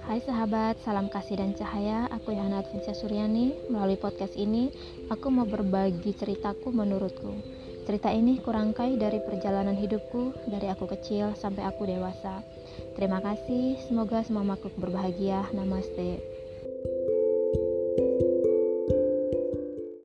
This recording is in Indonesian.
Hai sahabat, salam kasih dan cahaya. Aku Yana Adventsia Suryani. Melalui podcast ini, aku mau berbagi ceritaku menurutku. Cerita ini kurangkai dari perjalanan hidupku, dari aku kecil sampai aku dewasa. Terima kasih, semoga semua makhluk berbahagia. Namaste.